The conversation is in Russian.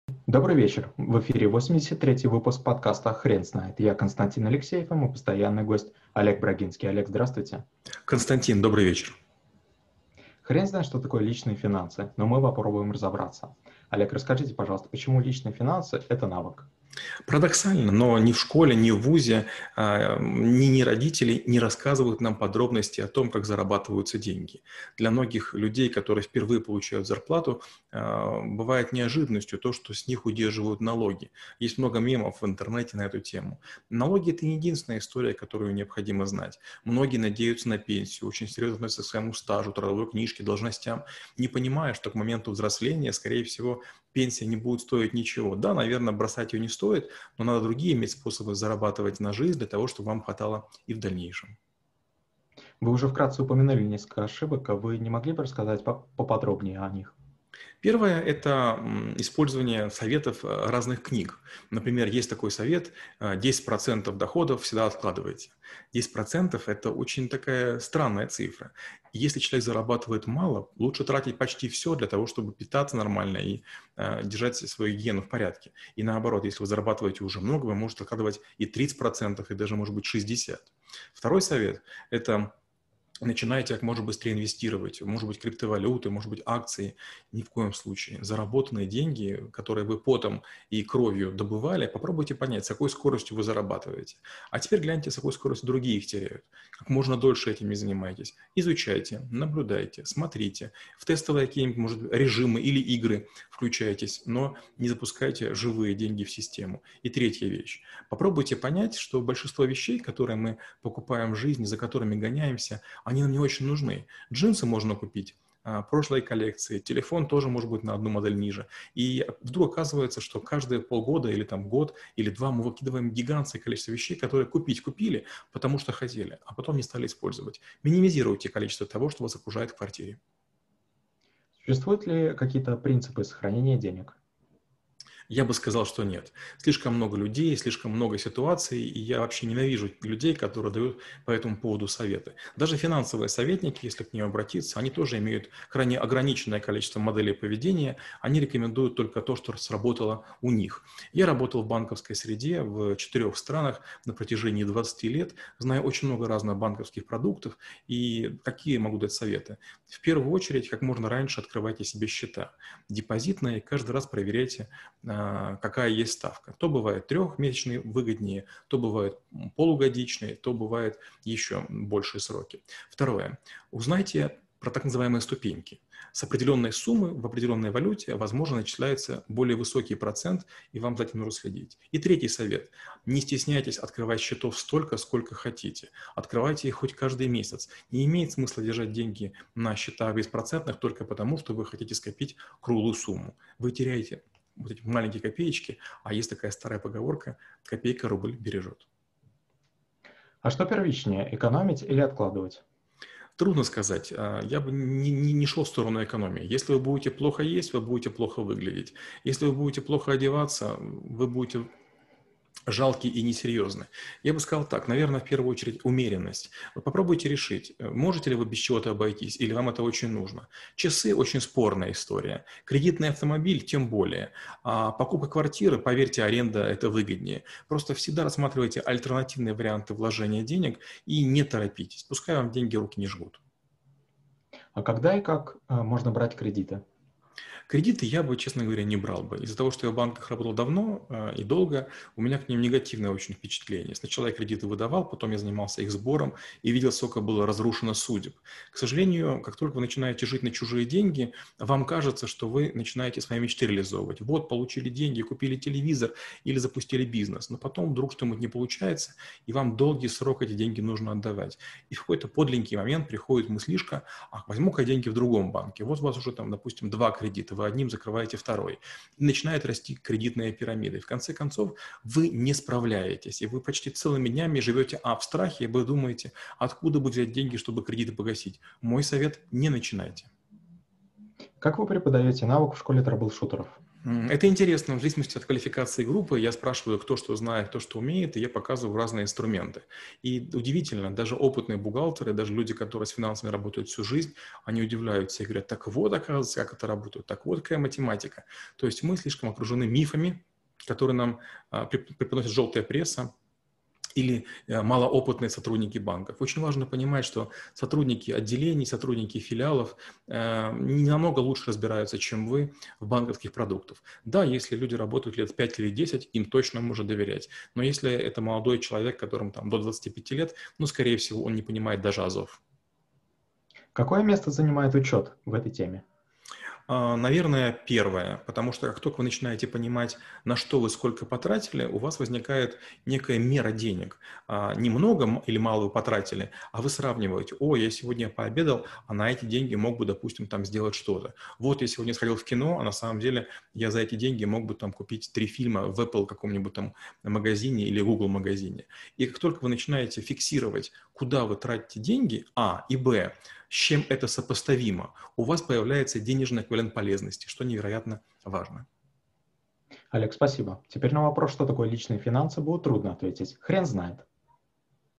Добрый вечер. В эфире 83-й выпуск подкаста «Хрен знает». Я Константин Алексеев, и мой постоянный гость Олег Брагинский. Олег, здравствуйте. Константин, добрый вечер. Хрен знает, что такое личные финансы, но мы попробуем разобраться. Олег, расскажите, пожалуйста, почему личные финансы – это навык? Парадоксально, но ни в школе, ни в вузе, ни родители не рассказывают нам подробности о том, как зарабатываются деньги. Для многих людей, которые впервые получают зарплату, бывает неожиданностью то, что с них удерживают налоги. Есть много мемов в интернете на эту тему. Налоги – это не единственная история, которую необходимо знать. Многие надеются на пенсию, очень серьезно относятся к своему стажу, трудовой книжке, должностям, не понимая, что к моменту взросления, скорее всего, пенсия не будет стоить ничего. Да, наверное, бросать ее не стоит, но надо другие иметь способы зарабатывать на жизнь для того, чтобы вам хватало и в дальнейшем. Вы уже вкратце упомянули несколько ошибок, а вы не могли бы рассказать поподробнее о них? Первое – это использование советов разных книг. Например, есть такой совет: 10% доходов всегда откладывайте. 10% – это очень такая странная цифра. Если человек зарабатывает мало, лучше тратить почти все для того, чтобы питаться нормально и держать свою гигиену в порядке. И наоборот, если вы зарабатываете уже много, вы можете откладывать и 30%, и даже, может быть, 60%. Второй совет – это: начинайте как можно быстрее инвестировать, может быть, криптовалюты, может быть, акции. Ни в коем случае. Заработанные деньги, которые вы потом и кровью добывали, попробуйте понять, с какой скоростью вы зарабатываете. А теперь гляньте, с какой скоростью другие их теряют. Как можно дольше этими занимайтесь. Изучайте, наблюдайте, смотрите. В тестовые какие-нибудь, может, режимы или игры включайтесь, но не запускайте живые деньги в систему. И третья вещь. Попробуйте понять, что большинство вещей, которые мы покупаем в жизни, за которыми гоняемся, они нам не очень нужны. Джинсы можно купить прошлой коллекции, телефон тоже может быть на одну модель ниже. И вдруг оказывается, что каждые полгода или там год или два мы выкидываем гигантское количество вещей, которые купили, потому что хотели, а потом не стали использовать. Минимизируйте количество того, что вас окружает в квартире. Существуют ли какие-то принципы сохранения денег? Я бы сказал, что нет. Слишком много людей, слишком много ситуаций, и я вообще ненавижу людей, которые дают по этому поводу советы. Даже финансовые советники, если к ним обратиться, они тоже имеют крайне ограниченное количество моделей поведения, они рекомендуют только то, что сработало у них. Я работал в банковской среде в 4 странах на протяжении 20 лет, знаю очень много разных банковских продуктов, и какие могу дать советы? В первую очередь, как можно раньше открывайте себе счета депозитные, каждый раз проверяйте, какая есть ставка. То бывает трехмесячные выгоднее, то бывает полугодичные, то бывает еще большие сроки. Второе. Узнайте про так называемые ступеньки. С определенной суммы в определенной валюте, возможно, начисляется более высокий процент, и вам за этим нужно следить. И третий совет. Не стесняйтесь открывать счетов столько, сколько хотите. Открывайте их хоть каждый месяц. Не имеет смысла держать деньги на счетах беспроцентных только потому, что вы хотите скопить круглую сумму. Вы теряете вот эти маленькие копеечки, а есть такая старая поговорка: копейка рубль бережет. А что первичнее, экономить или откладывать? Трудно сказать. Я бы не шел в сторону экономии. Если вы будете плохо есть, вы будете плохо выглядеть. Если вы будете плохо одеваться, вы будете жалкий и несерьезный. Я бы сказал так: наверное, в первую очередь умеренность. Вы попробуйте решить, можете ли вы без чего-то обойтись, или вам это очень нужно. Часы – очень спорная история. Кредитный автомобиль – тем более. А покупка квартиры, поверьте, аренда – это выгоднее. Просто всегда рассматривайте альтернативные варианты вложения денег и не торопитесь. Пускай вам деньги руки не жгут. А когда и как можно брать кредиты? Кредиты я бы, честно говоря, не брал бы. Из-за того, что я в банках работал давно и долго, у меня к ним негативное очень впечатление. Сначала я кредиты выдавал, потом я занимался их сбором и видел, сколько было разрушено судеб. К сожалению, как только вы начинаете жить на чужие деньги, вам кажется, что вы начинаете свои мечты реализовывать. Вот, получили деньги, купили телевизор или запустили бизнес. Но потом вдруг что-нибудь не получается, и вам долгий срок эти деньги нужно отдавать. И в какой-то подленький момент приходит мыслишка: а возьму-ка деньги в другом банке. Вот у вас уже там, допустим, 2 кредита, вы одним закрываете второй. И начинает расти кредитная пирамида. И в конце концов вы не справляетесь. И вы почти целыми днями живете в страхе, и вы думаете, откуда бы взять деньги, чтобы кредиты погасить. Мой совет: не начинайте. Как вы преподаете навык в школе трэблшутеров? Это интересно, в зависимости от квалификации группы. Я спрашиваю, кто что знает, кто что умеет, и я показываю разные инструменты. И удивительно, даже опытные бухгалтеры, даже люди, которые с финансами работают всю жизнь, они удивляются и говорят, так вот, оказывается, как это работает, так вот, какая математика. То есть мы слишком окружены мифами, которые нам преподносит желтая пресса, или малоопытные сотрудники банков. Очень важно понимать, что сотрудники отделений, сотрудники филиалов не намного лучше разбираются, чем вы в банковских продуктах. Да, если люди работают лет 5 или 10, им точно можно доверять. Но если это молодой человек, которому там до 25 лет, ну, скорее всего, он не понимает даже азов. Какое место занимает учет в этой теме? Наверное, первое, потому что как только вы начинаете понимать, на что вы сколько потратили, у вас возникает некая мера денег. Не много или мало вы потратили, а вы сравниваете. О, я сегодня пообедал, а на эти деньги мог бы, допустим, там сделать что-то. Вот я сегодня сходил в кино, а на самом деле я за эти деньги мог бы там купить 3 фильма в Apple каком-нибудь там магазине или Google магазине. И как только вы начинаете фиксировать, куда вы тратите деньги, А и Б, с чем это сопоставимо, у вас появляется денежный эквивалент полезности, что невероятно важно. Олег, спасибо. Теперь на вопрос, что такое личные финансы, будет трудно ответить. Хрен знает.